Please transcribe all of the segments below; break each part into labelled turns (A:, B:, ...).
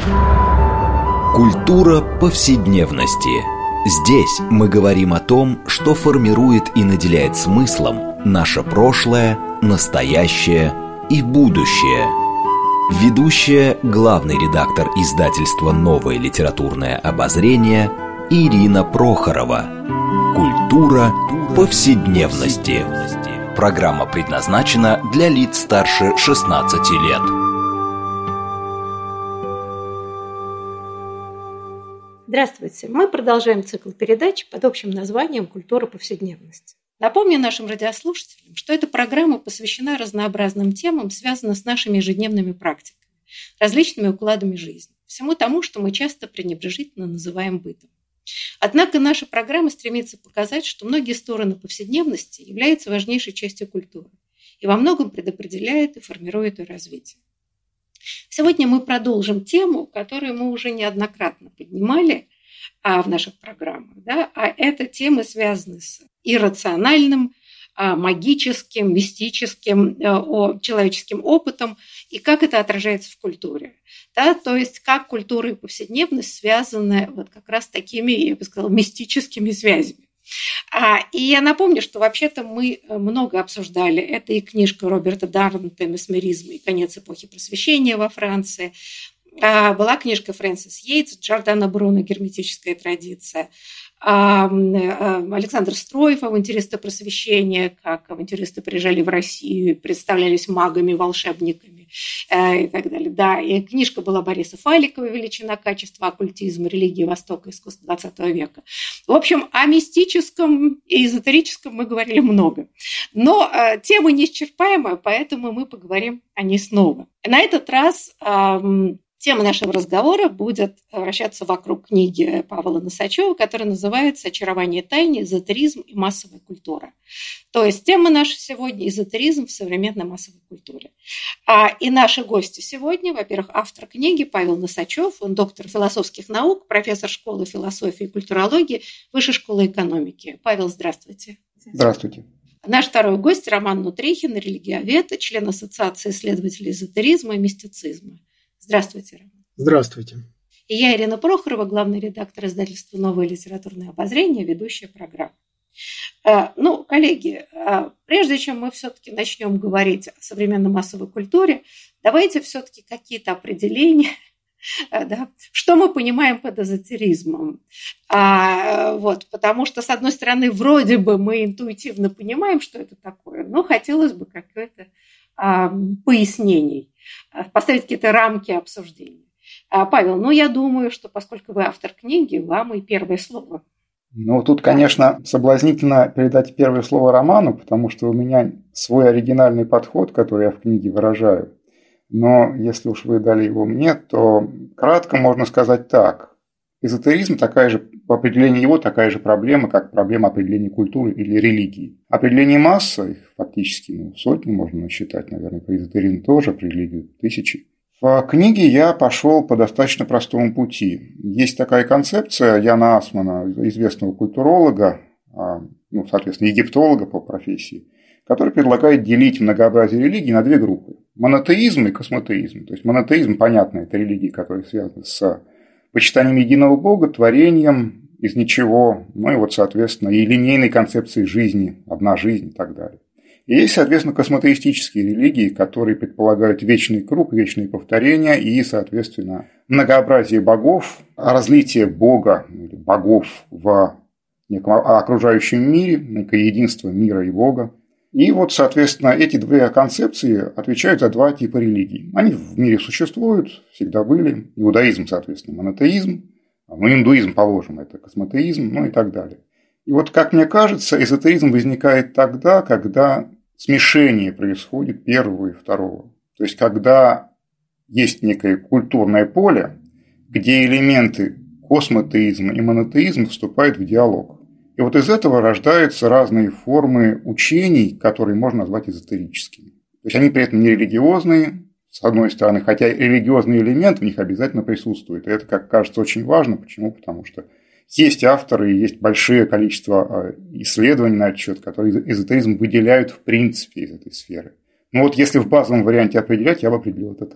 A: Культура повседневности. Здесь мы говорим о том, что формирует и наделяет смыслом наше прошлое, настоящее и будущее. Ведущая, главный редактор издательства «Новое литературное обозрение» Ирина Прохорова. Культура повседневности. Программа предназначена для лиц старше 16 лет.
B: Здравствуйте! Мы продолжаем цикл передач под общим названием «Культура повседневности». Напомню нашим радиослушателям, что эта программа посвящена разнообразным темам, связанным с нашими ежедневными практиками, различными укладами жизни, всему тому, что мы часто пренебрежительно называем бытом. Однако наша программа стремится показать, что многие стороны повседневности являются важнейшей частью культуры и во многом предопределяют и формируют ее развитие. Сегодня мы продолжим тему, которую мы уже неоднократно поднимали в наших программах. А это темы, связанные с иррациональным, магическим, мистическим, человеческим опытом и как это отражается в культуре. То есть как культура и повседневность связаны вот как раз такими, я бы сказала, мистическими связями. И я напомню, что вообще-то мы много обсуждали. Это и книжка Роберта Дарнта «Месмеризм и конец эпохи Просвещения во Франции». Была книжка Фрэнсис Йейтс «Джордано Бруно. Герметическая традиция». Александр Строев «Авантюристы просвещения», как авантюристы приезжали в Россию, представлялись магами, волшебниками и так далее. Да, и книжка была Бориса Фаликова «Величина, качество, оккультизм, религия Востока, искусство XX века». В общем, о мистическом и эзотерическом мы говорили много. Но тема неисчерпаемая, поэтому мы поговорим о ней снова. На этот раз тема нашего разговора будет вращаться вокруг книги Павла Носачева, которая называется «Очарование тайны, эзотеризм и массовая культура». То есть тема наша сегодня – эзотеризм в современной массовой культуре. И наши гости сегодня, во-первых, автор книги Павел Носачев, он доктор философских наук, профессор школы философии и культурологии Высшей школы экономики. Павел, здравствуйте.
C: Здравствуйте.
B: Наш второй гость – Роман Нутрихин, религиовед, член Ассоциации исследователей эзотеризма и мистицизма. Здравствуйте, Роман.
C: Здравствуйте.
B: И я, Ирина Прохорова, главный редактор издательства «Новое литературное обозрение», ведущая программы. Коллеги, прежде чем мы все-таки начнем говорить о современной массовой культуре, давайте все-таки какие-то определения, что мы понимаем под эзотеризмом. Потому что, с одной стороны, вроде бы мы интуитивно понимаем, что это такое, но хотелось бы какое-то пояснений, поставить какие-то рамки обсуждения. Павел, я думаю, что поскольку вы автор книги, вам и первое слово.
C: Тут, конечно, соблазнительно передать первое слово Роману, потому что у меня свой оригинальный подход, который я в книге выражаю. Но если уж вы дали его мне, то кратко можно сказать так. Эзотеризм по определению его такая же проблема, как проблема определения культуры или религии. Определение массы, их фактически сотни можно насчитать, наверное, по эзотеризму тоже, по религии тысячи. В книге я пошел по достаточно простому пути. Есть такая концепция Яна Асмана, известного культуролога, соответственно, египтолога по профессии, который предлагает делить многообразие религий на две группы. Монотеизм и космотеизм. То есть монотеизм, понятно, это религии, которые связаны с почитанием единого Бога, творением из ничего, соответственно, и линейной концепцией жизни, одна жизнь и так далее. И есть, соответственно, космотеистические религии, которые предполагают вечный круг, вечные повторения и, соответственно, многообразие богов, разлитие Бога или богов в неком окружающем мире, некое единство мира и Бога. И соответственно, эти две концепции отвечают за два типа религий. Они в мире существуют, всегда были. Иудаизм, соответственно, монотеизм. Индуизм, положим, это космотеизм, и так далее. И как мне кажется, эзотеризм возникает тогда, когда смешение происходит первого и второго. То есть, когда есть некое культурное поле, где элементы космотеизма и монотеизма вступают в диалог. И из этого рождаются разные формы учений, которые можно назвать эзотерическими. То есть, они при этом не религиозные, с одной стороны, хотя религиозный элемент в них обязательно присутствует. И это, как кажется, очень важно. Почему? Потому что есть авторы, есть большое количество исследований на этот счет, которые эзотеризм выделяют в принципе из этой сферы. Если в базовом варианте определять, я бы определил это так.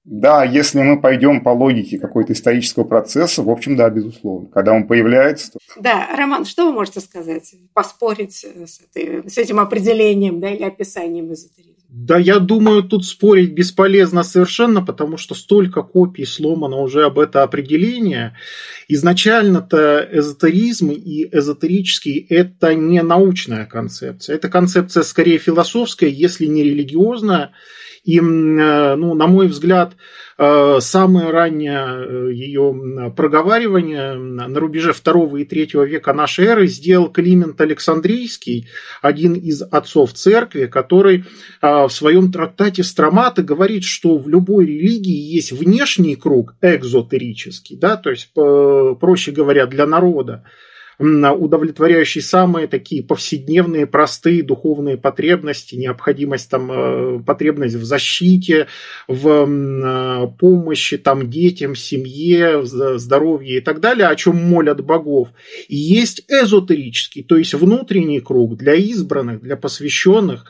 C: Да, если мы пойдем по логике какого-то исторического процесса, в общем, да, безусловно. Когда он появляется...
B: Да, Роман, что вы можете сказать, поспорить с этим определением, да, или описанием эзотеризма?
D: Да, я думаю, тут спорить бесполезно совершенно, потому что столько копий сломано уже об это определение. Изначально-то эзотеризм и эзотерический – это не научная концепция. Это концепция скорее философская, если не религиозная. И, на мой взгляд, самое раннее ее проговаривание на рубеже II и III века нашей эры сделал Климент Александрийский, один из отцов церкви, который в своем трактате «Строматы» говорит, что в любой религии есть внешний круг экзотерический, да, то есть, проще говоря, для народа, удовлетворяющий самые такие повседневные, простые духовные потребности, необходимость, потребность в защите, в помощи детям, семье, здоровье и так далее, о чем молят богов. И есть эзотерический, то есть внутренний круг для избранных, для посвященных,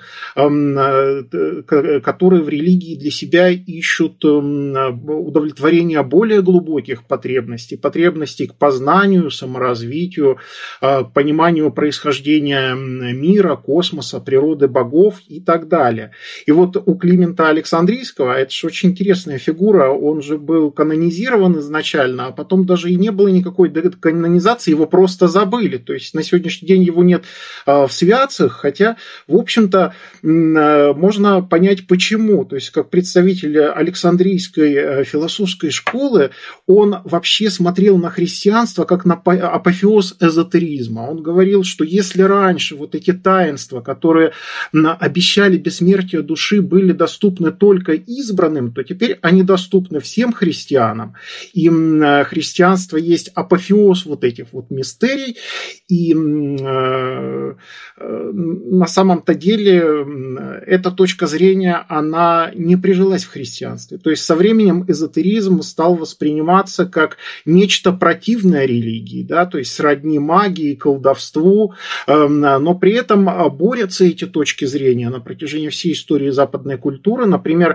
D: которые в религии для себя ищут удовлетворение более глубоких потребностей, потребностей к познанию, саморазвитию, к пониманию происхождения мира, космоса, природы богов и так далее. И вот у Климента Александрийского, это же очень интересная фигура, он же был канонизирован изначально, а потом даже и не было никакой канонизации, его просто забыли. То есть на сегодняшний день его нет в святцах, хотя, в общем-то, можно понять почему. То есть как представитель Александрийской философской школы, он вообще смотрел на христианство как на апофеоз эзотеризма. Он говорил, что если раньше вот эти таинства, которые обещали бессмертие души, были доступны только избранным, то теперь они доступны всем христианам. И христианство есть апофеоз вот этих вот мистерий. И на самом-то деле эта точка зрения, она не прижилась в христианстве. То есть со временем эзотеризм стал восприниматься как нечто противное религии, да, то есть сродни магии, колдовству, но при этом борются эти точки зрения на протяжении всей истории западной культуры. Например,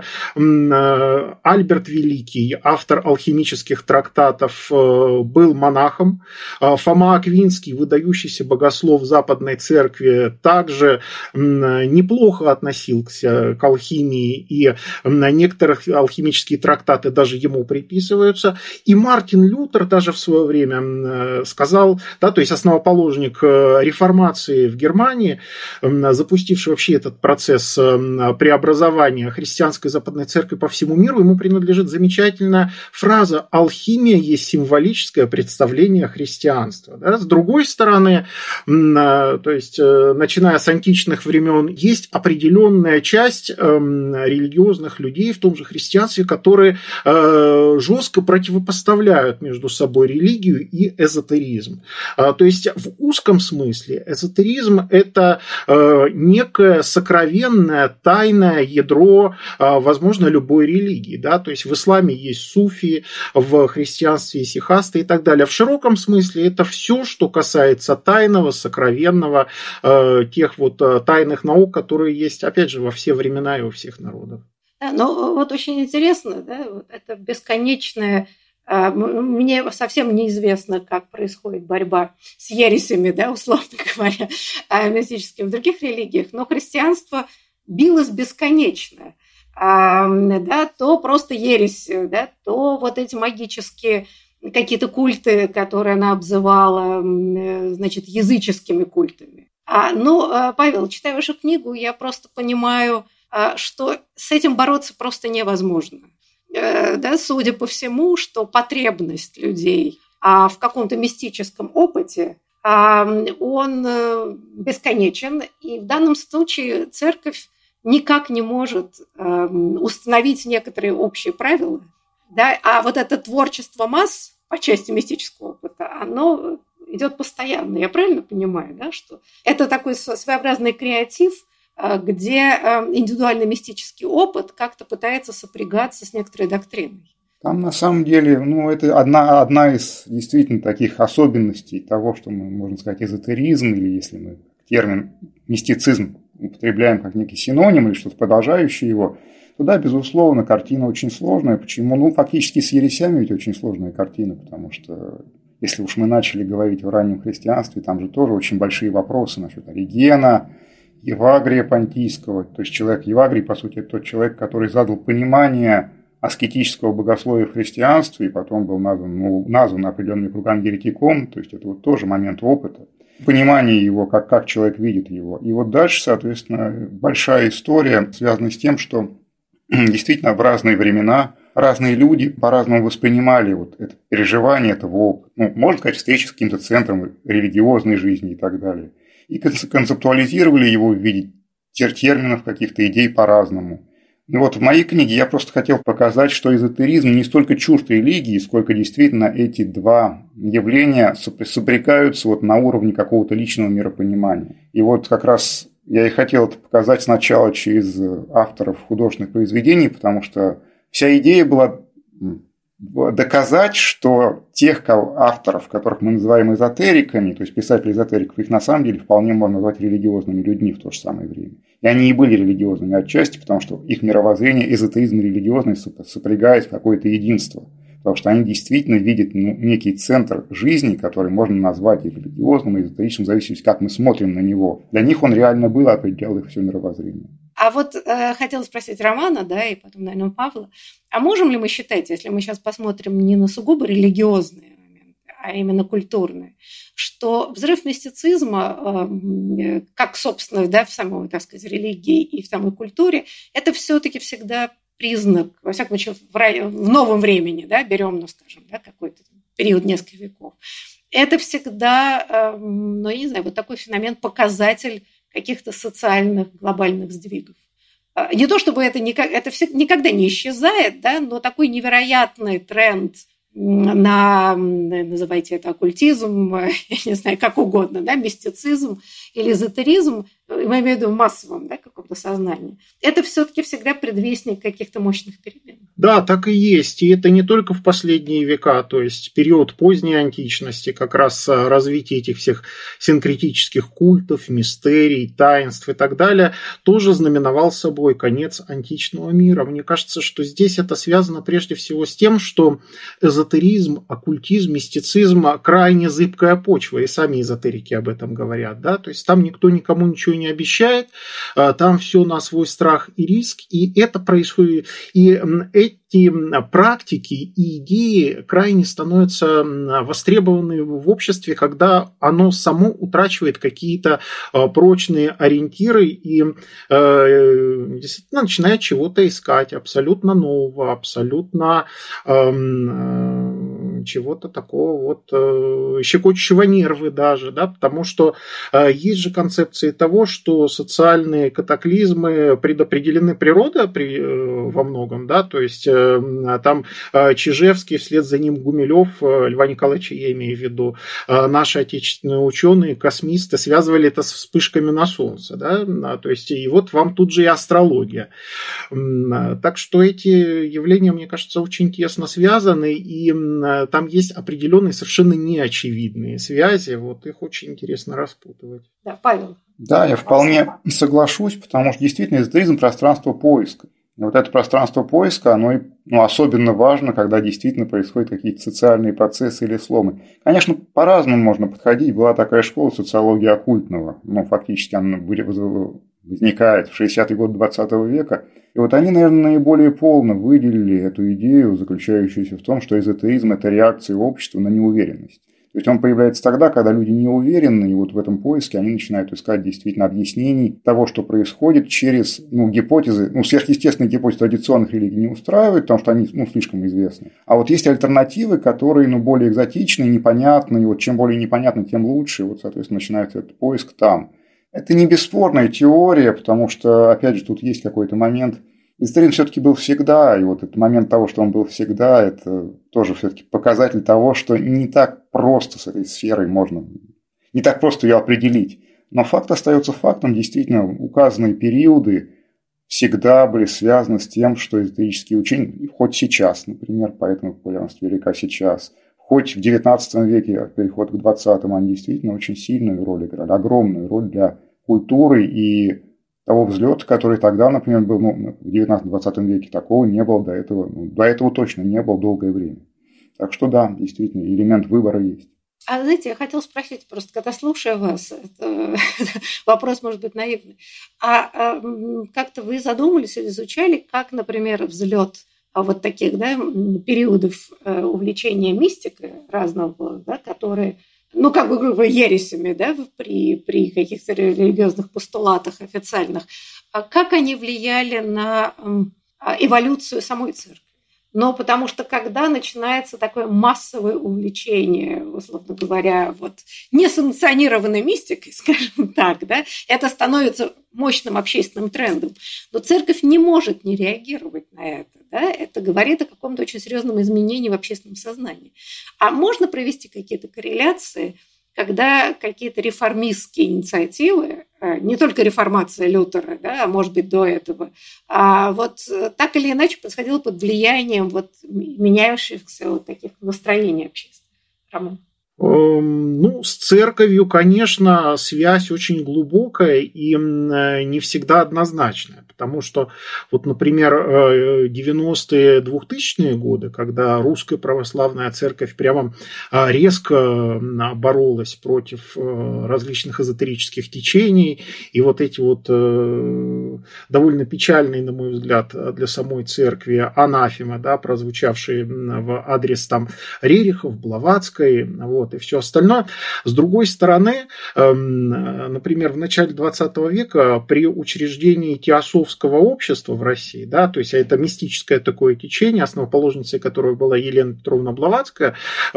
D: Альберт Великий, автор алхимических трактатов, был монахом. Фома Аквинский, выдающийся богослов Западной Церкви, также неплохо относился к алхимии, и некоторые алхимические трактаты даже ему приписываются. И Мартин Лютер даже в свое время сказал, да, то есть основоположник реформации в Германии, запустивший вообще этот процесс преобразования христианской Западной Церкви по всему миру, ему принадлежит замечательная фраза «алхимия есть символическое представление христианства». Да? С другой стороны, то есть начиная с античных времен, есть определенная часть религиозных людей в том же христианстве, которые жестко противопоставляют между собой религию и эзотеризм. То есть в узком смысле эзотеризм – это некое сокровенное, тайное ядро, возможно, любой религии. Да? То есть в исламе есть суфии, в христианстве есть сихасты и так далее. В широком смысле это все, что касается тайного, сокровенного, тех вот тайных наук, которые есть, опять же, во все времена и у всех народов.
B: Да, но вот очень интересно, да, вот это бесконечное. Мне совсем неизвестно, как происходит борьба с ересями, да, условно говоря, мистическими в других религиях, но христианство билось бесконечно. Да, то просто ересь, да, то вот эти магические какие-то культы, которые она обзывала, значит, языческими культами. Павел, читая вашу книгу, я просто понимаю, что с этим бороться просто невозможно. Да, судя по всему, что потребность людей в каком-то мистическом опыте, он бесконечен, и в данном случае церковь никак не может установить некоторые общие правила, да, а вот это творчество масс по части мистического опыта, оно идет постоянно. Я правильно понимаю, да, что это такой своеобразный креатив, где индивидуальный мистический опыт как-то пытается сопрягаться с некоторой доктриной?
C: Там на самом деле, это одна из действительно таких особенностей того, что мы, можно сказать, эзотеризм, или если мы термин мистицизм употребляем как некий синоним или что-то продолжающее его, то да, безусловно, картина очень сложная. Почему? Ну, фактически с ересями ведь очень сложная картина, потому что если уж мы начали говорить о раннем христианстве, там же тоже очень большие вопросы насчет Оригена, Евагрия Понтийского. То есть человек Евагрий, по сути, это тот человек, который задал понимание аскетического богословия в христианстве, и потом был назван определенными кругами еретиком. То есть это вот тоже момент опыта. Понимание его, как человек видит его. И вот дальше, соответственно, большая история, связанная с тем, что действительно в разные времена разные люди по-разному воспринимали вот это переживание этого опыта. Ну, можно сказать, встречи с каким-то центром религиозной жизни и так далее. И концептуализировали его в виде терминов, каких-то идей по-разному. Ну вот в моей книге я просто хотел показать, что эзотеризм не столько чужд религии, сколько действительно эти два явления соприкаются вот на уровне какого-то личного миропонимания. И вот как раз я и хотел это показать сначала через авторов художественных произведений, потому что вся идея была доказать, что тех авторов, которых мы называем эзотериками, то есть писателей эзотериков, их на самом деле вполне можно назвать религиозными людьми в то же самое время. И они и были религиозными отчасти, потому что их мировоззрение, эзотеризм и религиозность сопрягаются в какое-то единство. Потому что они действительно видят некий центр жизни, который можно назвать и религиозным, и эзотеричным, в зависимости, как мы смотрим на него. Для них он реально был, определял их все мировоззрение.
B: А вот хотела спросить Романа, да, и потом, наверное, Павла, а можем ли мы считать, если мы сейчас посмотрим не на сугубо религиозные моменты, а именно культурные, что взрыв мистицизма, как, собственно, да, в самой, так сказать, религии и в самой культуре, это все-таки всегда признак, во всяком случае, в новом времени, да, берем, ну, скажем, да, какой-то период нескольких веков, это всегда, ну, я не знаю, вот такой феномен, показатель каких-то социальных глобальных сдвигов. Не то чтобы это никогда не исчезает, да, но такой невероятный тренд на, называйте это оккультизм, я не знаю, как угодно, да, мистицизм или эзотеризм, я имею в виду массовом, да, каком-то сознании, это все-таки всегда предвестник каких-то мощных перемен.
D: Да, так и есть. И это не только в последние века, то есть период поздней античности, как раз развитие этих всех синкретических культов, мистерий, таинств и так далее, тоже знаменовал собой конец античного мира. Мне кажется, что здесь это связано прежде всего с тем, что эзотеризм, оккультизм, мистицизм – крайне зыбкая почва, и сами эзотерики об этом говорят. Да? То есть там никто никому ничего не обещает, там все на свой страх и риск, и это происходит. И эти практики и идеи крайне становятся востребованы в обществе, когда оно само утрачивает какие-то прочные ориентиры и действительно начинает чего-то искать, абсолютно нового, абсолютно чего-то такого вот щекочущего нервы даже, да, потому что есть же концепции того, что социальные катаклизмы предопределены природой во многом, да, то есть там Чижевский, вслед за ним Гумилев, Льва Николаевича я имею в виду, наши отечественные ученые, космисты связывали это с вспышками на Солнце, да, то есть и вот вам тут же и астрология. Так что эти явления, мне кажется, очень тесно связаны, и там есть определенные совершенно неочевидные связи, вот их очень интересно распутывать.
B: Да, Павел.
C: Да, я вполне соглашусь, потому что действительно эзотеризм – пространство поиска. И вот это пространство поиска, оно особенно важно, когда действительно происходят какие-то социальные процессы или сломы. Конечно, по-разному можно подходить. Была такая школа социологии оккультного, фактически она возникает в 60-е годы 20 века. И вот они, наверное, наиболее полно выделили эту идею, заключающуюся в том, что эзотеризм – это реакция общества на неуверенность. То есть он появляется тогда, когда люди не уверены, и вот в этом поиске они начинают искать действительно объяснений того, что происходит через гипотезы, сверхъестественные гипотезы традиционных религий не устраивают, потому что они слишком известны. А вот есть альтернативы, которые более экзотичные, непонятные, и вот чем более непонятно, тем лучше, и вот, соответственно, начинается этот поиск там. Это не бесспорная теория, потому что, опять же, тут есть какой-то момент. Эзотеризм все-таки был всегда, и вот этот момент того, что он был всегда, это тоже все-таки показатель того, что не так просто с этой сферой можно, не так просто ее определить. Но факт остается фактом, действительно, указанные периоды всегда были связаны с тем, что эзотерические учения, хоть сейчас, например, поэтому популярность велика сейчас, хоть в XIX веке, переход к XX, они действительно очень сильную роль играли, огромную роль для культуры и того взлета, который тогда, например, был в 19-20 веке, такого не было до этого. До этого точно не было долгое время. Так что да, действительно, элемент выбора есть.
B: А знаете, я хотела спросить, просто когда слушаю вас, вопрос может быть наивный, как-то вы задумались или изучали, как, например, взлет вот таких, да, периодов увлечения мистикой разного, да, которые, как бы грубо ересями, да, при каких-то религиозных постулатах официальных, как они влияли на эволюцию самой церкви? Но потому что когда начинается такое массовое увлечение, условно говоря, несанкционированной мистикой, скажем так, да, это становится мощным общественным трендом. Но церковь не может не реагировать на это. Да? Это говорит о каком-то очень серьезном изменении в общественном сознании. А можно провести какие-то корреляции, когда какие-то реформистские инициативы, не только реформация Лютера, да, а может быть до этого, так или иначе происходило под влиянием меняющихся таких настроений общественных. Роман?
D: С церковью, конечно, связь очень глубокая и не всегда однозначная, потому что, например, 90-е, 2000-е годы, когда русская православная церковь прямо резко боролась против различных эзотерических течений, и эти довольно печальные, на мой взгляд, для самой церкви анафемы, да, прозвучавшие в адрес Рерихов, Блаватской, и все остальное. С другой стороны, например, в начале 20 века при учреждении теософского общества в России, да, то есть это мистическое такое течение, основоположницей которого была Елена Петровна Блаватская,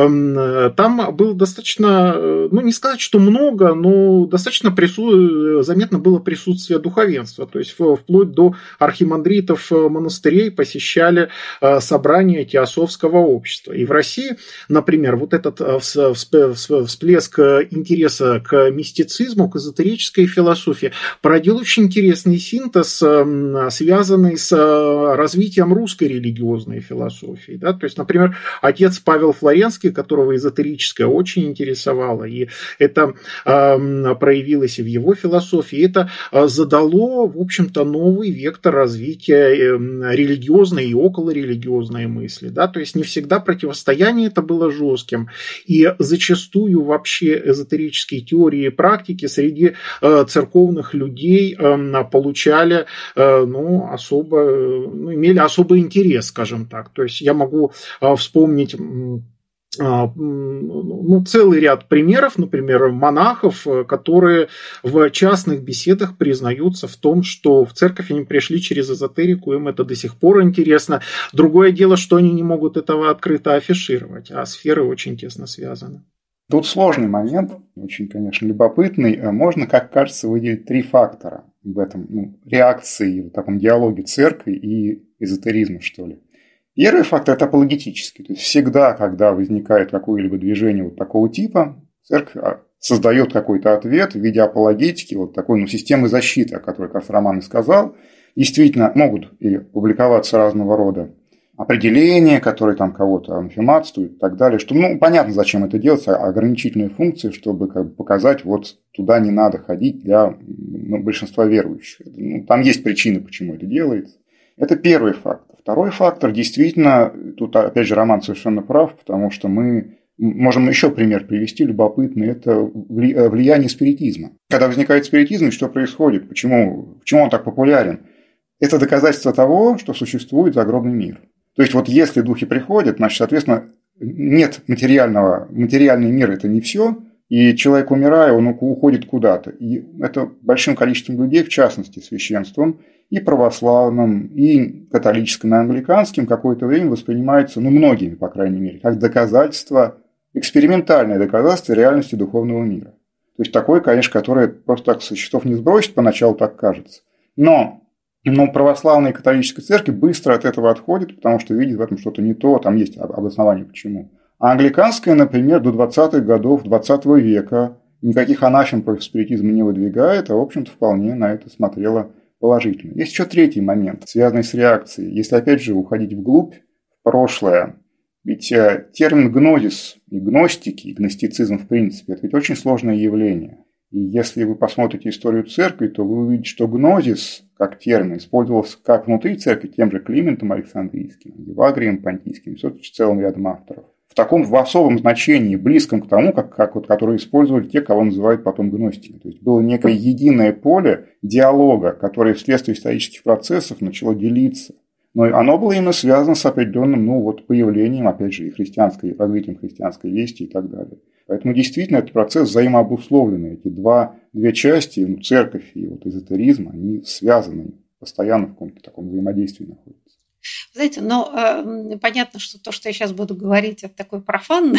D: там было достаточно, не сказать, что много, но достаточно заметно было присутствие духовенства, то есть вплоть до архимандритов монастырей посещали собрания теософского общества. И в России, например, этот всплеск интереса к мистицизму, к эзотерической философии породил очень интересный синтез, связанный с развитием русской религиозной философии. Да? То есть, например, отец Павел Флоренский, которого эзотерическое очень интересовало, и это проявилось и в его философии, это задало, в общем-то, новый вектор развития религиозной и околорелигиозной мысли. Да? То есть, не всегда противостояние это было жестким, и зачастую вообще эзотерические теории и практики среди церковных людей получали, имели особый интерес, скажем так. То есть я могу вспомнить целый ряд примеров, например, монахов, которые в частных беседах признаются в том, что в церковь они пришли через эзотерику, им это до сих пор интересно. Другое дело, что они не могут этого открыто афишировать, а сферы очень тесно связаны.
C: Тут сложный момент, очень, конечно, любопытный. Можно, как кажется, выделить 3 фактора в этом реакции, в таком диалоге церкви и эзотеризма, что ли. Первый фактор – это апологетический. То есть всегда, когда возникает какое-либо движение такого типа, церковь создает какой-то ответ в виде апологетики, такой системы защиты, о которой, как Роман и сказал. Действительно, могут и публиковаться разного рода определения, которые кого-то анфематствуют и так далее. Что, понятно, зачем это делается, ограничительные функции, чтобы показать, туда не надо ходить для большинства верующих. Там есть причины, почему это делается. Это первый фактор. Второй фактор, действительно, тут опять же Роман совершенно прав, потому что мы можем еще пример привести любопытный, это влияние спиритизма. Когда возникает спиритизм, что происходит, почему он так популярен? Это доказательство того, что существует загробный мир. То есть если духи приходят, значит, соответственно, нет материальный мир – это не все, и человек, умирая, он уходит куда-то. И это большим количеством людей, в частности, священством, и православным, и католическим, и англиканским, какое-то время воспринимается, многими, по крайней мере, как доказательство, экспериментальное доказательство реальности духовного мира. То есть такое, конечно, которое просто так со счетов не сбросит, поначалу так кажется. Но православная и католическая церковь быстро от этого отходит, потому что видит в этом что-то не то, там есть обоснование почему. А англиканская, например, до 20-х годов 20 века никаких анафем против спиритизма не выдвигает, а, в общем-то, вполне на это смотрела положительно. Есть еще третий момент, связанный с реакцией. Если, опять же, уходить вглубь, в прошлое, ведь термин гнозис и гностики, и гностицизм в принципе, это ведь очень сложное явление. И если вы посмотрите историю церкви, то вы увидите, что гнозис как термин использовался как внутри церкви тем же Климентом Александрийским, Евагрием Понтийским, целым рядом авторов. В особом значении, близком к тому, которое использовали те, кого называют потом гностиками. То есть было некое единое поле диалога, которое вследствие исторических процессов начало делиться. Но оно было именно связано с определенным появлением, опять же, и развитием христианской вести и так далее. Поэтому действительно этот процесс взаимообусловленный. Эти две части, церковь и эзотеризм, они связаны, постоянно в каком-то таком взаимодействии находятся.
B: Знаете, понятно, что то, что я сейчас буду говорить, это такой профанная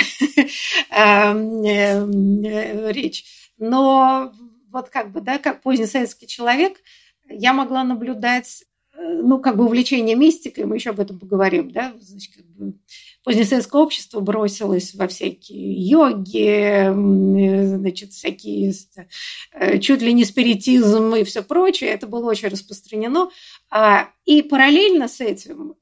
B: речь. Но как позднесоветский человек, я могла наблюдать увлечение мистикой, мы еще об этом поговорим, да, позднесоветское общество бросилось во всякие йоги, всякие чуть ли не спиритизм и все прочее, это было очень распространено. И параллельно с этим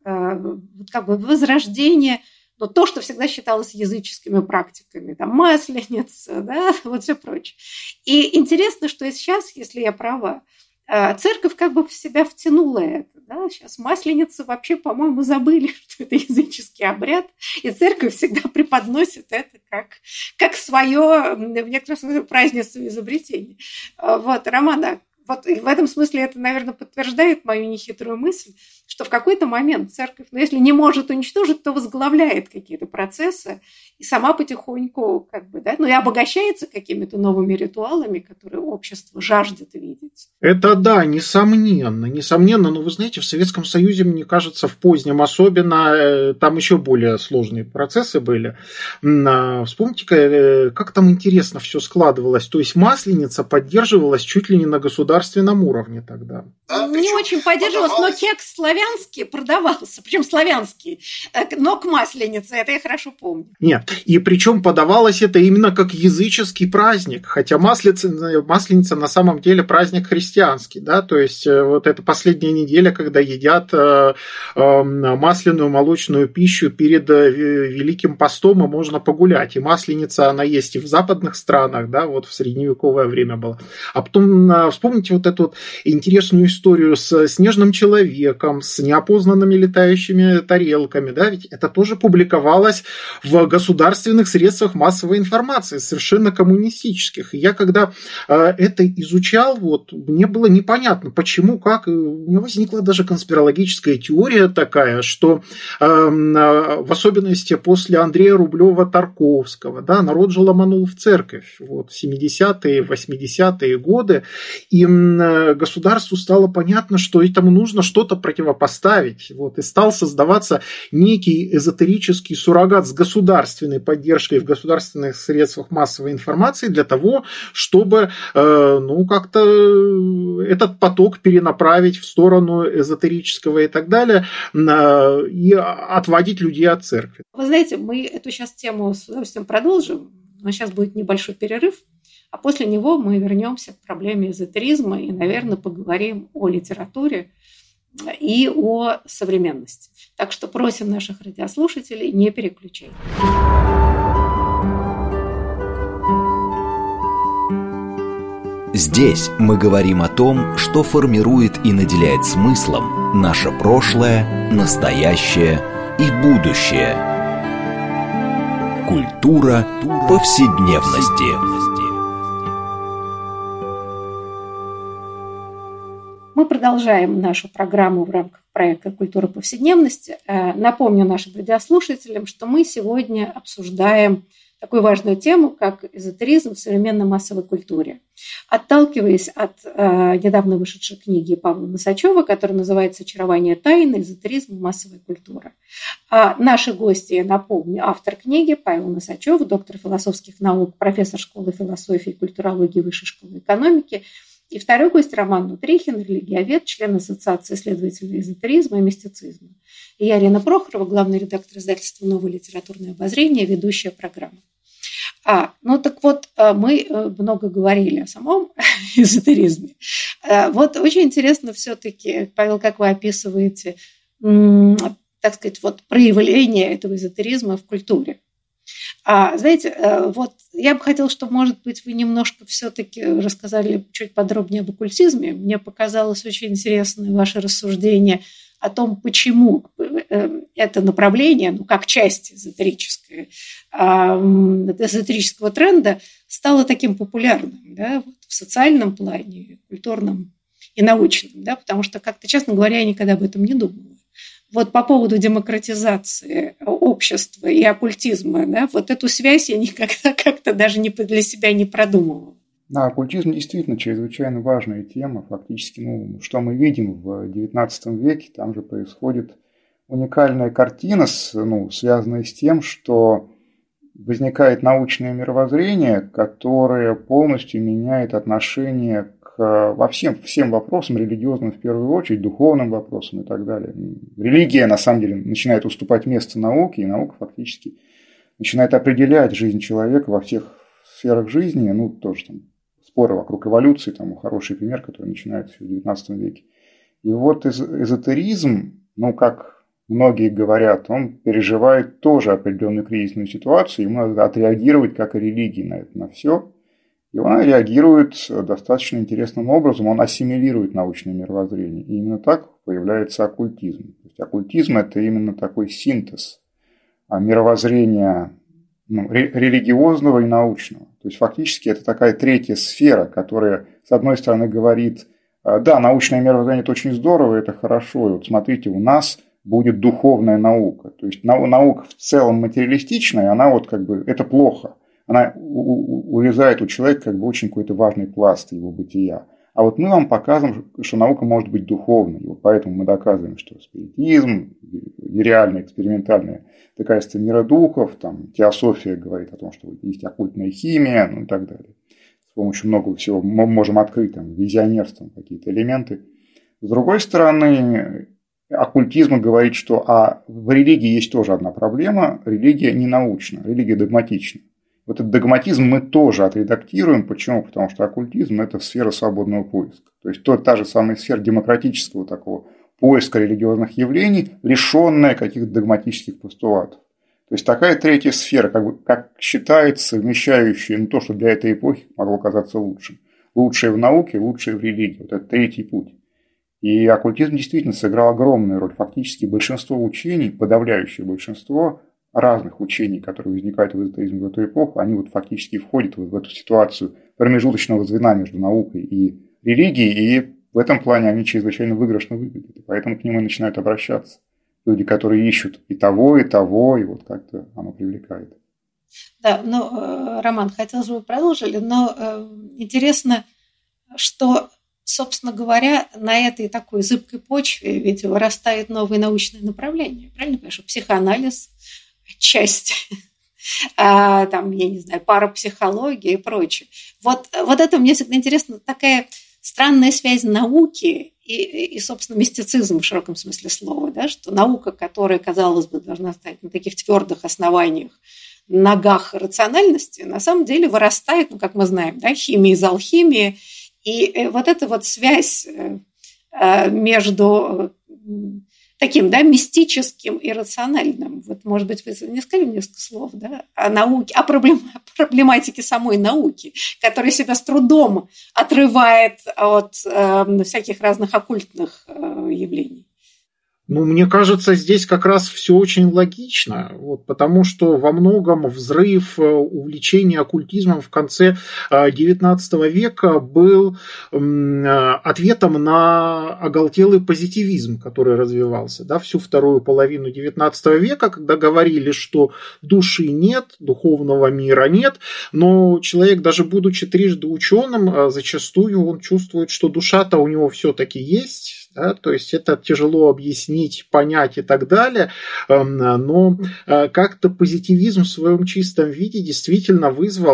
B: возрождение, то, что всегда считалось языческими практиками, масленица, да, все прочее. И интересно, что сейчас, если я права, церковь в себя втянула это. Да? Сейчас масленицы вообще, по-моему, забыли, что это языческий обряд, и церковь всегда преподносит это как свое, в некотором смысле, празднество изобретение. Роман, в этом смысле это, наверное, подтверждает мою нехитрую мысль, что в какой-то момент церковь, если не может уничтожить, то возглавляет какие-то процессы и сама потихоньку и обогащается какими-то новыми ритуалами, которые общество жаждет видеть.
D: Это да, несомненно, но вы знаете, в Советском Союзе, мне кажется, в позднем особенно, там еще более сложные процессы были. Вспомните, как там интересно все складывалось. То есть масленица поддерживалась чуть ли не на государственном уровне тогда.
B: Не очень поддерживалась, но кекс славянский продавался, причем славянский, но к масленице, это я хорошо помню.
D: Нет, и причем подавалось это именно как языческий праздник, хотя масленица на самом деле праздник христианский, да, то есть это последняя неделя, когда едят масляную молочную пищу перед Великим постом, и можно погулять, и масленица, она есть и в западных странах, да, в средневековое время была. А потом вспомните эту интересную историю с снежным человеком, с неопознанными летающими тарелками, да, ведь это тоже публиковалось в государственных средствах массовой информации, совершенно коммунистических. И я когда это изучал, мне было непонятно, почему, как. У меня возникла даже конспирологическая теория такая, что в особенности после Андрея Рублева-Тарковского, да, народ же ломанул в церковь, 70-е, 80-е годы, и государству стало понятно, что этому нужно что-то противопоставить, и стал создаваться некий эзотерический суррогат с государственной поддержкой в государственных средствах массовой информации для того, чтобы как-то этот поток перенаправить в сторону эзотерического и так далее, и отводить людей от церкви.
B: Вы знаете, мы эту сейчас тему с удовольствием продолжим, но сейчас будет небольшой перерыв, а после него мы вернемся к проблеме эзотеризма и, наверное, поговорим о литературе и о современности. Так что просим наших радиослушателей не переключать.
A: Здесь мы говорим о том, что формирует и наделяет смыслом наше прошлое, настоящее и будущее. Культура повседневности.
B: Мы продолжаем нашу программу в рамках проекта «Культура повседневности». Напомню нашим радиослушателям, что мы сегодня обсуждаем такую важную тему, как эзотеризм в современной массовой культуре. Отталкиваясь от недавно вышедшей книги Павла Носачева, которая называется «Очарование тайны. Эзотеризм и массовая культура». Наши гости, я напомню, автор книги Павел Носачев, доктор философских наук, профессор школы философии и культурологии Высшей школы экономики. И второй гость Роман Нутрихин, религиовед, член Ассоциации исследователей эзотеризма и мистицизма. И я, Ирина Прохорова, главный редактор издательства «Новое литературное обозрение», ведущая программы. Мы много говорили о самом эзотеризме. Очень интересно все-таки, Павел, как вы описываете, проявление этого эзотеризма в культуре. Знаете, вот я бы хотела, чтобы, может быть, вы немножко все-таки рассказали чуть подробнее об оккультизме. Мне показалось очень интересное ваше рассуждение о том, почему это направление, как часть эзотерического тренда, стало таким популярным, да, вот, в социальном плане, культурном и научном, да, потому что, как-то, честно говоря, я никогда об этом не думала. Вот по поводу демократизации общества и оккультизма, да, вот эту связь я никогда как-то даже для себя не продумывала.
C: Да, оккультизм действительно чрезвычайно важная тема. Фактически, что мы видим в XIX веке, там же происходит уникальная картина, связанная с тем, что возникает научное мировоззрение, которое полностью меняет отношение во всем вопросам, религиозным в первую очередь, духовным вопросам и так далее. Религия, на самом деле, начинает уступать место науке, и наука фактически начинает определять жизнь человека во всех сферах жизни. Тоже там споры вокруг эволюции, там хороший пример, который начинается в XIX веке. И вот эзотеризм, как многие говорят, он переживает тоже определенную кризисную ситуацию, ему надо отреагировать, как и религии, на все. И он реагирует достаточно интересным образом, он ассимилирует научное мировоззрение. И именно так появляется оккультизм. То есть оккультизм – это именно такой синтез мировоззрения религиозного и научного. То есть фактически это такая третья сфера, которая, с одной стороны, говорит, да, научное мировоззрение – это очень здорово, это хорошо, и вот смотрите, у нас будет духовная наука. То есть наука в целом материалистичная, она это плохо. Она урезает у человека очень какой-то важный пласт его бытия. А вот мы вам показываем, что наука может быть духовной. И вот поэтому мы доказываем, что спиритизм, реальная экспериментальная доказательство мира духов, теософия говорит о том, что есть оккультная химия, и так далее. С помощью многого всего мы можем открыть визионерством какие-то элементы. С другой стороны, оккультизм говорит, что в религии есть тоже одна проблема. Религия не научна, религия догматична. Вот этот догматизм мы тоже отредактируем. Почему? Потому что оккультизм – это сфера свободного поиска. То есть та же самая сфера демократического такого поиска религиозных явлений, лишенная каких-то догматических постулатов. То есть такая третья сфера, как считается, совмещающая то, что для этой эпохи могло казаться лучшим. Лучшее в науке, лучшее в религии. Вот это третий путь. И оккультизм действительно сыграл огромную роль. Фактически большинство учений, подавляющее большинство разных учений, которые возникают в эзотеризме в эту эпоху, они фактически входят в эту ситуацию промежуточного звена между наукой и религией, и в этом плане они чрезвычайно выигрышно выглядят. И поэтому к ним и начинают обращаться. Люди, которые ищут и того, и вот как-то оно привлекает.
B: Да, Роман, хотелось бы продолжили, но интересно, что, собственно говоря, на этой такой зыбкой почве ведь вырастает новое научное направление. Правильно понимаю, что психоанализ, часть, я не знаю, парапсихология и прочее. Вот это мне всегда интересно, такая странная связь науки и, собственно, мистицизм в широком смысле слова, да, что наука, которая, казалось бы, должна стоять на таких твердых основаниях, ногах рациональности, на самом деле вырастает, как мы знаем, да, химия из алхимии, и вот эта вот связь между таким, да, мистическим и рациональным. Вот, может быть, вы не сказали несколько слов, да, о науке, о проблематике самой науки, которая себя с трудом отрывает от всяких разных оккультных явлений.
D: Мне кажется, здесь как раз все очень логично, потому что во многом взрыв увлечения оккультизмом в конце XIX века был ответом на оголтелый позитивизм, который развивался. Да, всю вторую половину XIX века, когда говорили, что души нет, духовного мира нет, но человек, даже будучи трижды ученым, зачастую он чувствует, что душа-то у него все-таки есть. Да, то есть это тяжело объяснить, понять и так далее, но как-то позитивизм в своем чистом виде действительно вызвал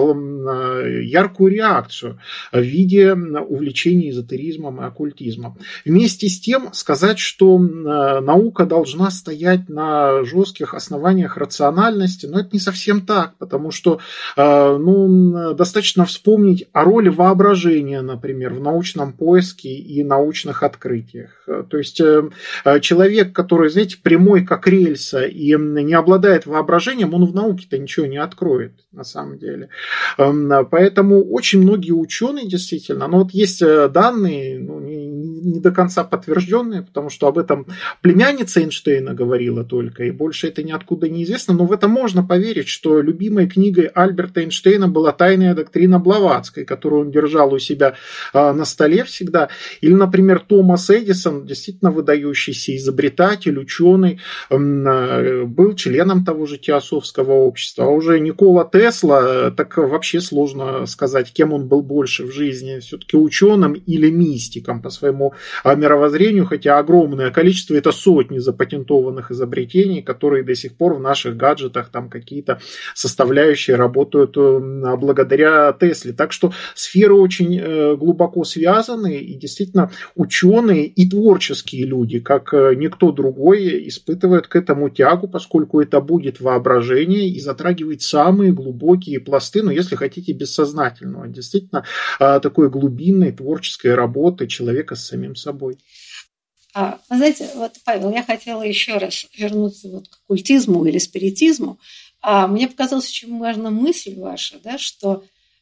D: яркую реакцию в виде увлечения эзотеризмом и оккультизмом. Вместе с тем сказать, что наука должна стоять на жестких основаниях рациональности, но это не совсем так, потому что достаточно вспомнить о роли воображения, например, в научном поиске и научных открытиях. То есть человек, который, знаете, прямой как рельса и не обладает воображением, он в науке-то ничего не откроет на самом деле. Поэтому очень многие ученые действительно, но вот есть данные, не до конца подтвержденные, потому что об этом племянница Эйнштейна говорила только, и больше это ниоткуда не известно, но в это можно поверить, что любимой книгой Альберта Эйнштейна была «Тайная доктрина Блаватской», которую он держал у себя на столе всегда. Или, например, Томас Эдисон, действительно выдающийся изобретатель, ученый, был членом того же теософского общества. А уже Никола Тесла, так вообще сложно сказать, кем он был больше в жизни, все-таки ученым или мистиком по своему мировоззрению, хотя огромное количество, это сотни запатентованных изобретений, которые до сих пор в наших гаджетах там какие-то составляющие работают благодаря Тесле. Так что сферы очень глубоко связаны, и действительно ученые и творческие люди, как никто другой, испытывают к этому тягу, поскольку это будет воображение и затрагивает самые глубокие пласты, но если хотите, бессознательного, действительно такой глубинной творческой работы человека с самим собой.
B: Вы знаете, вот, Павел, я хотела еще раз вернуться вот к оккультизму или спиритизму. Мне показалась очень важна мысль ваша, да, что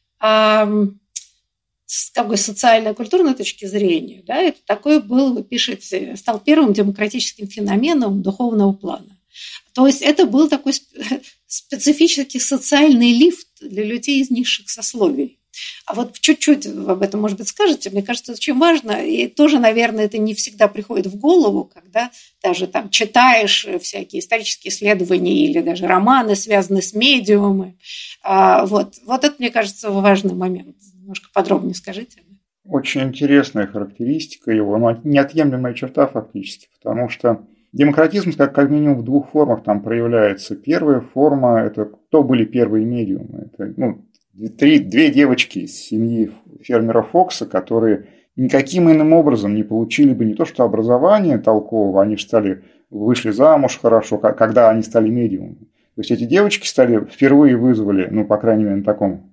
B: с какой социально-культурной точки зрения, да, это такой был, вы пишете, стал первым демократическим феноменом духовного плана. То есть это был такой специфический социальный лифт для людей из низших сословий. А вот чуть-чуть об этом, может быть, скажете. Мне кажется, это очень важно. И тоже, наверное, это не всегда приходит в голову, когда даже там читаешь всякие исторические исследования или даже романы, связанные с медиумами. Вот это, мне кажется, важный момент. Немножко подробнее скажите.
C: Очень интересная характеристика его, но неотъемлемая черта фактически, потому что демократизм как минимум в двух формах там проявляется. Первая форма – это кто были первые медиумы. Это, две девочки из семьи фермера Фокса, которые никаким иным образом не получили бы не то что образование толкового, они вышли замуж хорошо, когда они стали медиумами. То есть эти девочки впервые вызвали, по крайней мере,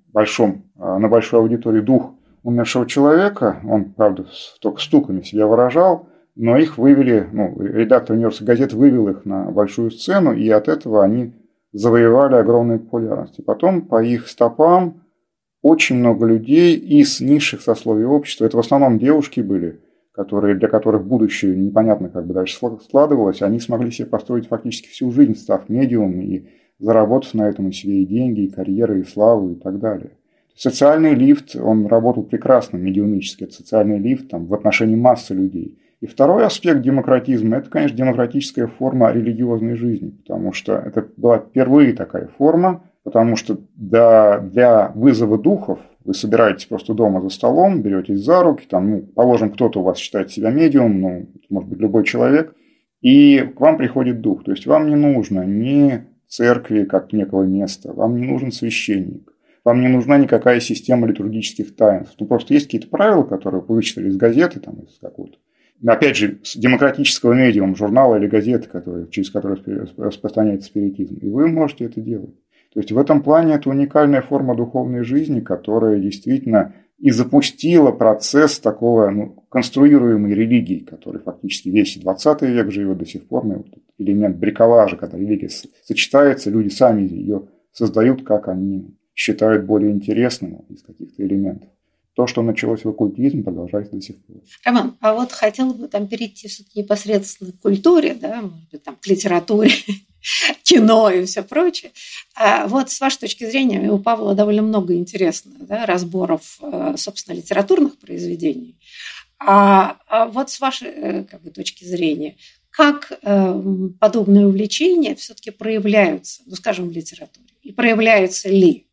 C: на большой аудитории дух умершего человека. Он, правда, только стуками себя выражал, но их вывели, редактор Нью-Йоркской газеты вывел их на большую сцену, и от этого они завоевали огромную популярность. И потом по их стопам очень много людей из низших сословий общества, это в основном девушки были, для которых будущее непонятно как бы дальше складывалось, они смогли себе построить фактически всю жизнь, став медиумом и заработав на этом и себе и деньги, и карьеры, и славу, и так далее. Социальный лифт, он работал прекрасно, медиумически, это социальный лифт в отношении массы людей. И второй аспект демократизма – это, конечно, демократическая форма религиозной жизни, потому что это была впервые такая форма, потому что для вызова духов вы собираетесь просто дома за столом, беретесь за руки, положим, кто-то у вас считает себя медиумом, может быть, любой человек, и к вам приходит дух. То есть вам не нужно ни церкви как некого места, вам не нужен священник, вам не нужна никакая система литургических таинств. Просто есть какие-то правила, которые вы вычитали из газеты, из какой-то. Опять же, с демократического медиума, журнала или газеты, через которые распространяется спиритизм. И вы можете это делать. То есть в этом плане это уникальная форма духовной жизни, которая действительно и запустила процесс такого конструируемой религии, который фактически весь 20 век живет до сих пор. Элемент бриколажа, когда религия сочетается, люди сами ее создают, как они считают более интересным из каких-то элементов. То, что началось в оккультизме, продолжается до сих пор.
B: Роман, а вот хотела бы перейти все-таки непосредственно к культуре, да, может быть, к литературе, кино и все прочее. А вот с вашей точки зрения, у Павла довольно много интересных разборов, собственно, литературных произведений. А вот с вашей точки зрения, как подобные увлечения все-таки проявляются, скажем, в литературе? И проявляются ли?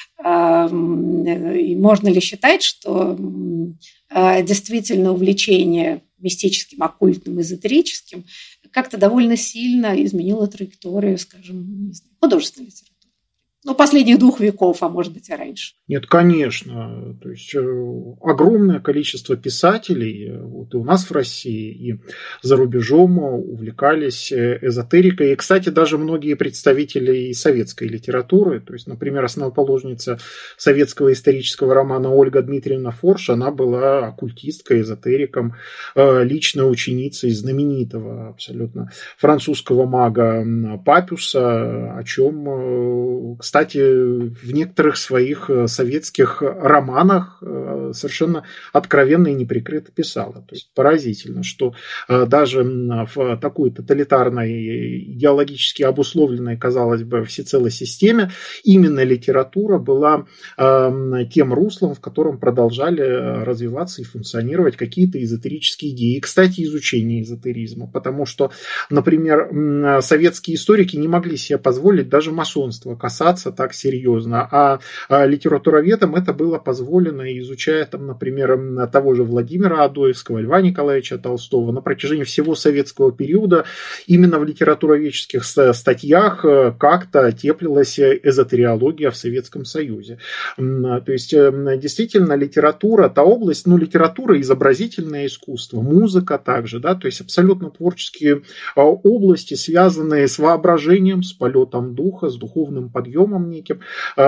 B: И можно ли считать, что действительно увлечение мистическим, оккультным, эзотерическим как-то довольно сильно изменило траекторию, скажем, художественной литературы? последних 2 веков, а может быть и раньше.
D: Нет, конечно. То есть огромное количество писателей вот и у нас в России, и за рубежом увлекались эзотерикой. И, кстати, даже многие представители советской литературы, то есть, например, основоположница советского исторического романа Ольга Дмитриевна Форш, она была оккультисткой, эзотериком, личной ученицей знаменитого абсолютно французского мага Папюса, о чем, кстати, в некоторых своих советских романах совершенно откровенно и неприкрыто писала. То есть поразительно, что даже в такой тоталитарной, идеологически обусловленной, казалось бы, всецелой системе именно литература была тем руслом, в котором продолжали развиваться и функционировать какие-то эзотерические идеи. И, кстати, изучение эзотеризма, потому что, например, советские историки не могли себе позволить даже масонство касаться так серьезно, а литературоведам это было позволено, изучая, например, того же Владимира Адоевского, Льва Николаевича Толстого на протяжении всего советского периода именно в литературоведческих статьях как-то теплилась эзотериология в Советском Союзе. То есть, действительно, литература, та область, литература, изобразительное искусство, музыка также, да, то есть абсолютно творческие области, связанные с воображением, с полетом духа, с духовным подъемом неким,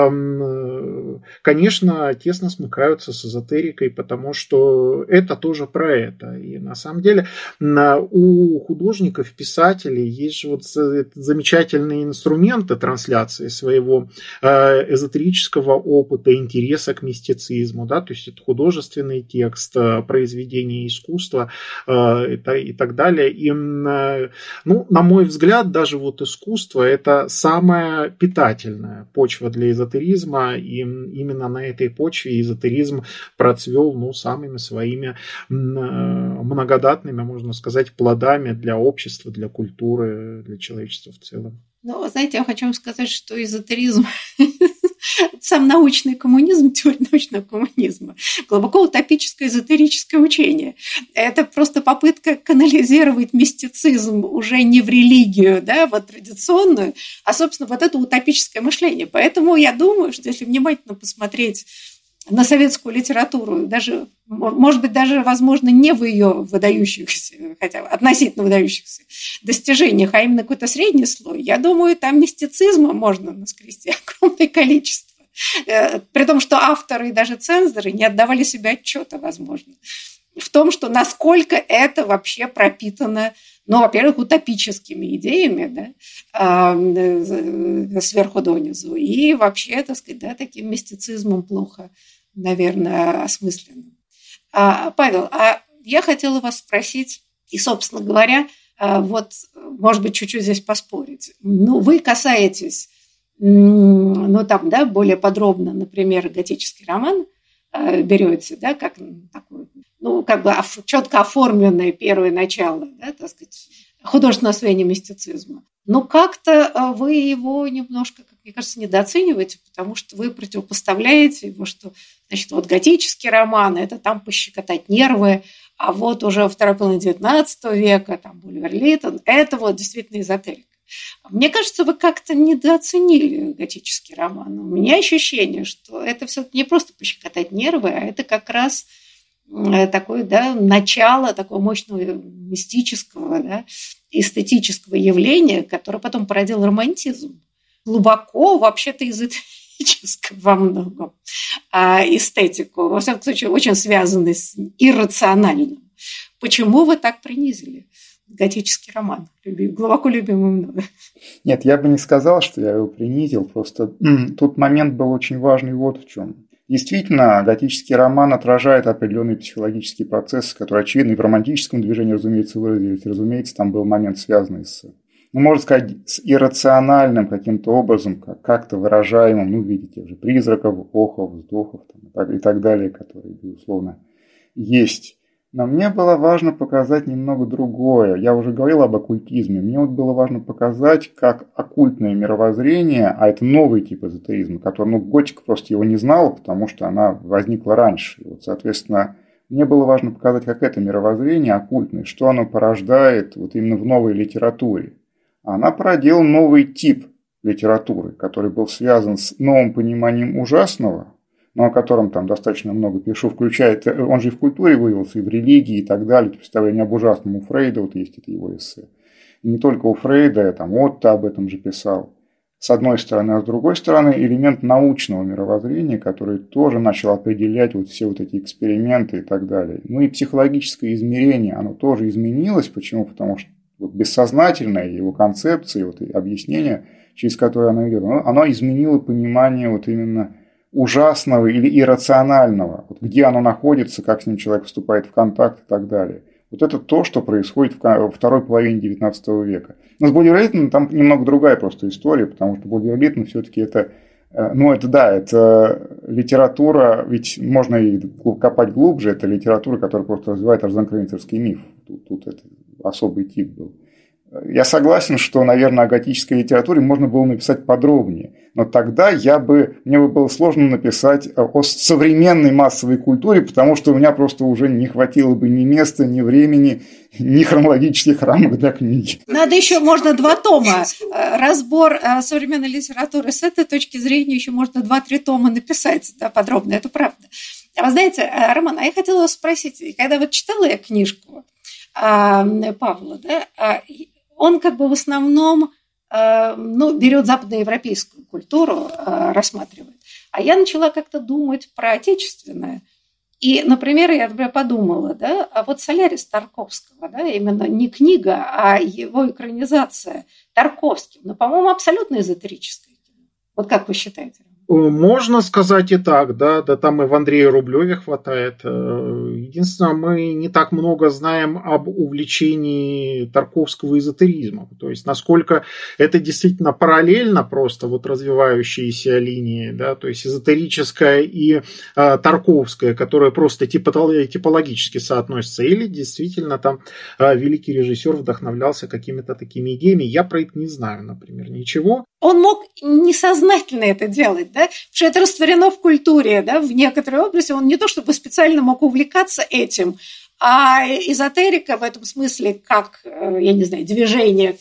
D: конечно, тесно смыкаются с эзотерикой, потому что это тоже про это. И на самом деле у художников, писателей есть же вот замечательные инструменты трансляции своего эзотерического опыта, интереса к мистицизму, да, то есть это художественный текст, произведение искусства и так далее. И, на мой взгляд, даже вот искусство – это самая питательная почва для эзотеризма, и именно на этой почве эзотеризм процвел самыми своими многодатными, можно сказать, плодами для общества, для культуры, для человечества в целом.
B: Знаете, я хочу вам сказать, что эзотеризм, сам научный коммунизм, теория научного коммунизма, глубоко утопическое эзотерическое учение. Это просто попытка канализировать мистицизм уже не в религию, да, вот традиционную, а, собственно, вот это утопическое мышление. Поэтому я думаю, что если внимательно посмотреть на советскую литературу, даже, может быть, даже, возможно, не в ее выдающихся, хотя относительно выдающихся достижениях, а именно какой-то средний слой, я думаю, там мистицизма можно наскрести огромное количество. При том, что авторы и даже цензоры не отдавали себе отчета, возможно, в том, что насколько это вообще пропитано, во-первых, утопическими идеями, да, сверху донизу, и вообще, так сказать, да, таким мистицизмом плохо, наверное, осмысленным. Павел, я хотела вас спросить, и, собственно говоря, вот, может быть, чуть-чуть здесь поспорить. Вы касаетесь, более подробно, например, готический роман берете, да, как такой, четко оформленное первое начало, да, так сказать, художественное освоение мистицизма. Но как-то вы его немножко, как мне кажется, недооцениваете, потому что вы противопоставляете его, что, значит, вот готический роман – это там пощекотать нервы, а вот уже второй половине XIX века, там, Оливер Литтон – это вот действительно эзотерика. Мне кажется, вы как-то недооценили готический роман. У меня ощущение, что это все-таки не просто пощекотать нервы, а это как раз такое, да, начало такого мощного мистического, да, эстетического явления, которое потом породил романтизм. Глубоко, вообще-то, эзотерического во многом. А эстетику, во всяком случае, очень связанной с иррациональным. Почему вы так принизили готический роман, глубоко любимый мной?
C: Нет, я бы не сказал, что я его принизил, просто тут момент был очень важный вот в чем. Действительно, готический роман отражает определенные психологические процессы, которые, очевидно, и в романтическом движении, разумеется, выразились. Разумеется, там был момент, связанный с, можно сказать, с иррациональным каким-то образом, как-то выражаемым, видите, уже призраков, охов, вздохов и так далее, которые, безусловно, есть. Но мне было важно показать немного другое. Я уже говорил об оккультизме. Мне вот было важно показать, как оккультное мировоззрение, а это новый тип эзотеризма, который, готика просто его не знала, потому что она возникла раньше. И вот, соответственно, мне было важно показать, как это мировоззрение оккультное, что оно порождает вот именно в новой литературе. Она породила новый тип литературы, который был связан с новым пониманием ужасного, но о котором там достаточно много пишу, включает, он же и в культуре вывелся, и в религии, и так далее, представление об ужасном у Фрейда, вот есть это его эссе. И не только у Фрейда, там Отто об этом же писал. С одной стороны, а с другой стороны, элемент научного мировоззрения, который тоже начал определять вот все вот эти эксперименты и так далее. Ну и психологическое измерение, оно тоже изменилось. Почему? Потому что вот бессознательное, его концепции, вот, и объяснения, через которые оно идет, оно изменило понимание вот именно ужасного или иррационального, вот где оно находится, как с ним человек вступает в контакт и так далее. Вот это то, что происходит во второй половине XIX века. Но с Бодиевритом там немного другая просто история, потому что Бодиеврит все-таки это, это литература, ведь можно и копать глубже, это литература, которая просто развивает розенкрейцеровский миф. Тут это особый тип был. Я согласен, что, наверное, о готической литературе можно было написать подробнее, но тогда мне бы было сложно написать о современной массовой культуре, потому что у меня просто уже не хватило бы ни места, ни времени, ни хронологических рамок для книги.
B: Надо еще, можно 2 тома. Разбор современной литературы с этой точки зрения еще можно 2-3 тома написать, да, подробно, это правда. Вы знаете, Роман, я хотела вас спросить, когда вот читала я книжку Павла, да, он как бы в основном берет западноевропейскую культуру, рассматривает. А я начала как-то думать про отечественное. И, например, я подумала, да, а вот «Солярис» Тарковского, да, именно не книга, а его экранизация Тарковским, по-моему, абсолютно эзотерическая. Вот как вы считаете?
D: Можно сказать и так, да, там и в Андрее Рублеве хватает. Единственное, мы не так много знаем об увлечении Тарковского эзотеризмом. То есть, насколько это действительно параллельно просто вот развивающиеся линии, да, то есть эзотерическая и Тарковская, которые просто типологически соотносятся, или действительно там великий режиссер вдохновлялся какими-то такими идеями. Я про это не знаю, например, ничего.
B: Он мог несознательно это делать, да, потому что это растворено в культуре, да, в некоторой области. Он не то чтобы специально мог увлекаться этим, а эзотерика в этом смысле как, я не знаю, движение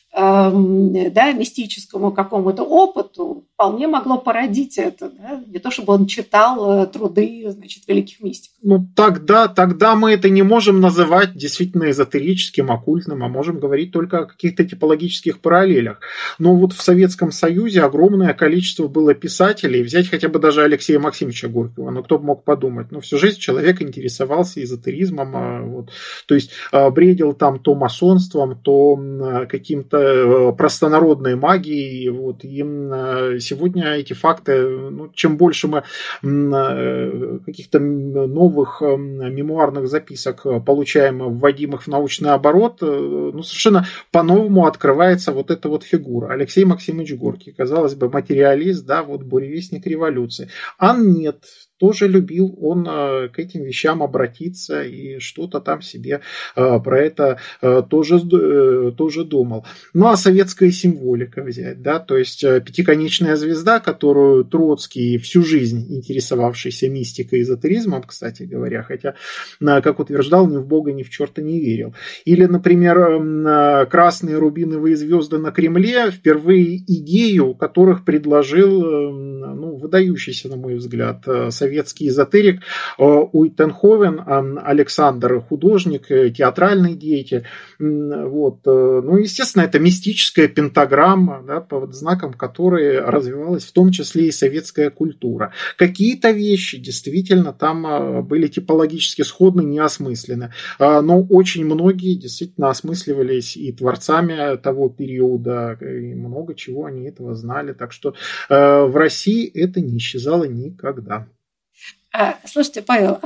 B: да, мистическому какому-то опыту вполне могло породить это. Да? Не то, чтобы он читал труды, значит, великих мистиков.
D: Ну, тогда мы это не можем называть действительно эзотерическим, оккультным, а можем говорить только о каких-то типологических параллелях. Но вот в Советском Союзе огромное количество было писателей, взять хотя бы даже Алексея Максимовича Горького, но кто бы мог подумать, всю жизнь человек интересовался эзотеризмом, вот, то есть бредил там то масонством, то каким-то простонародной магией, вот, и сегодня эти факты, чем больше мы каких-то новых мемуарных записок получаем, вводимых в научный оборот, совершенно по-новому открывается вот эта вот фигура. Алексей Максимович Горький, казалось бы, материалист, да, вот буревестник революции. А нет, тоже любил он к этим вещам обратиться и что-то там себе про это тоже думал. Ну, а советская символика взять, да, то есть пятиконечная звезда, которую Троцкий всю жизнь интересовавшийся мистикой и эзотеризмом, кстати говоря, хотя, как утверждал, ни в Бога, ни в черта не верил. Или, например, красные рубиновые звезды на Кремле, впервые идею которых предложил, выдающийся, на мой взгляд, советский эзотерик Уйтенховен Александр, художник, театральный деятель. Вот. Естественно, это мистическая пентаграмма, да, под знаком которой развивалась в том числе и советская культура. Какие-то вещи действительно там были типологически сходны, неосмысленны, но очень многие действительно осмысливались и творцами того периода, и много чего они этого знали. Так что в России это не исчезало никогда.
B: Слушайте, Павел,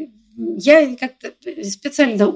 B: я как-то специально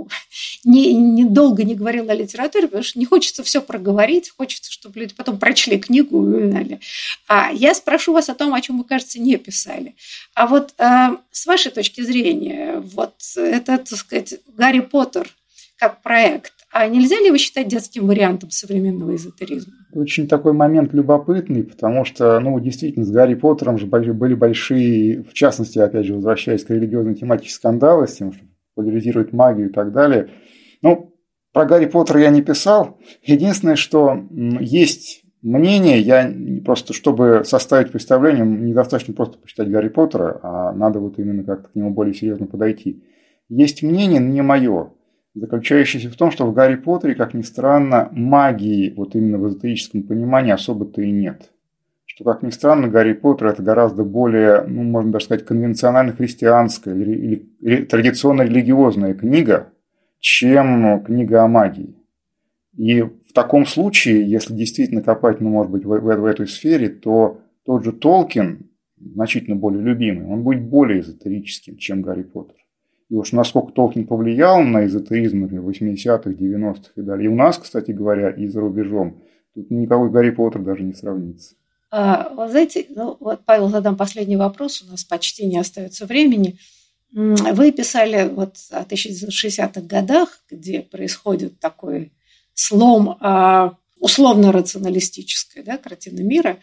B: долго не говорила о литературе, потому что не хочется все проговорить, хочется, чтобы люди потом прочли книгу и далее. Я спрошу вас о том, о чем вы, кажется, не писали. А вот с вашей точки зрения, вот это, так сказать, Гарри Поттер как проект, а нельзя ли его считать детским вариантом современного эзотеризма?
C: Очень такой момент любопытный, потому что, действительно, с Гарри Поттером же были большие, в частности, опять же, возвращаясь к религиозной тематике, скандалы с тем, что популяризирует магию и так далее. Про Гарри Поттера я не писал. Единственное, что есть Мнение, я просто, чтобы составить представление, недостаточно просто почитать Гарри Поттера, а надо вот именно как-то к нему более серьезно подойти. Есть мнение, но не мое, заключающееся в том, что в Гарри Поттере, как ни странно, магии вот именно в эзотерическом понимании особо-то и нет. Что, как ни странно, Гарри Поттер – это гораздо более, можно даже сказать, конвенционально-христианская или традиционно-религиозная книга, чем книга о магии. И в таком случае, если действительно копать, может быть, в этой сфере, то тот же Толкин, значительно более любимый, он будет более эзотерическим, чем Гарри Поттер. И уж насколько Толкин повлиял на эзотеризм в 80-х, 90-х и далее. И у нас, кстати говоря, и за рубежом, тут никакой Гарри Поттер даже не сравнится.
B: Вы знаете, Павел, задам последний вопрос, у нас почти не остается времени. Вы писали вот о 1960-х годах, где происходит такой слом условно-рационалистической, да, картины мира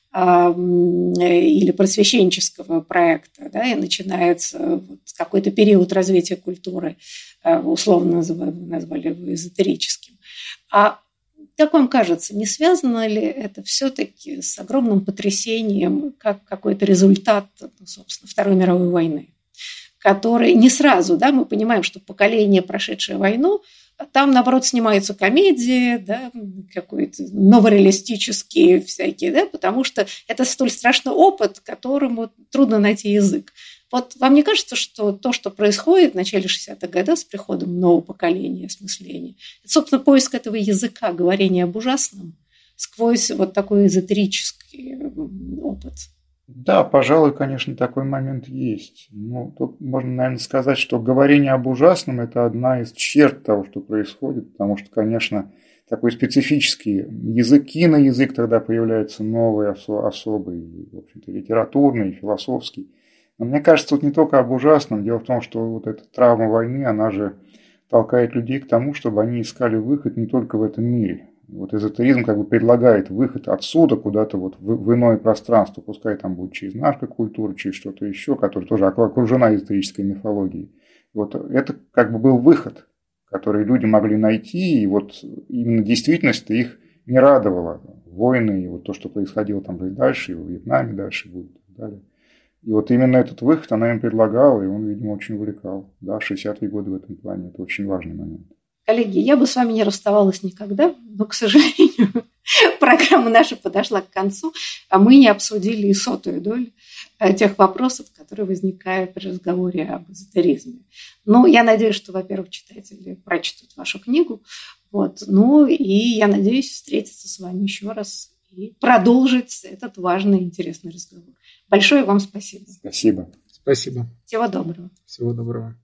B: или просвещенческого проекта, да, и начинается вот какой-то период развития культуры, условно назвали его эзотерическим. А как вам кажется, не связано ли это все-таки с огромным потрясением, как какой-то результат, собственно, Второй мировой войны, который не сразу, да, мы понимаем, что поколение, прошедшее войну, там, наоборот, снимаются комедии, да, какой-то новореалистические всякие, да, потому что это столь страшный опыт, которому трудно найти язык. Вот вам не кажется, что то, что происходит в начале 60-х годов с приходом нового поколения осмысления, это, собственно, поиск этого языка, говорения об ужасном сквозь вот такой эзотерический опыт?
C: Да, пожалуй, конечно, такой момент есть. Тут можно, наверное, сказать, что говорение об ужасном – это одна из черт того, что происходит, потому что, конечно, такой специфический язык, киноязык тогда появляется новый, особый, в общем-то, литературный, философский. Но мне кажется, тут не только об ужасном. Дело в том, что вот эта травма войны, она же толкает людей к тому, чтобы они искали выход не только в этом мире. Вот эзотеризм как бы предлагает выход отсюда куда-то вот в иное пространство, пускай там будет через наркокультуру, через что-то еще, которое тоже окружена эзотерической мифологией. Вот это как бы был выход, который люди могли найти, и вот именно действительность их не радовала. Войны и вот то, что происходило там и дальше, и во Вьетнаме дальше будет и так далее. И вот именно этот выход она им предлагала, и он, видимо, очень увлекал. Да, 60-е годы в этом плане – это очень важный момент.
B: Коллеги, я бы с вами не расставалась никогда, но, к сожалению, программа наша подошла к концу, а мы не обсудили и 100-ю долю тех вопросов, которые возникают при разговоре об эзотеризме. Ну, я надеюсь, что, во-первых, читатели прочтут вашу книгу, вот, ну, и я надеюсь встретиться с вами еще раз и продолжить этот важный и интересный разговор. Большое вам спасибо.
C: Спасибо.
D: Спасибо.
B: Всего доброго.
D: Всего доброго.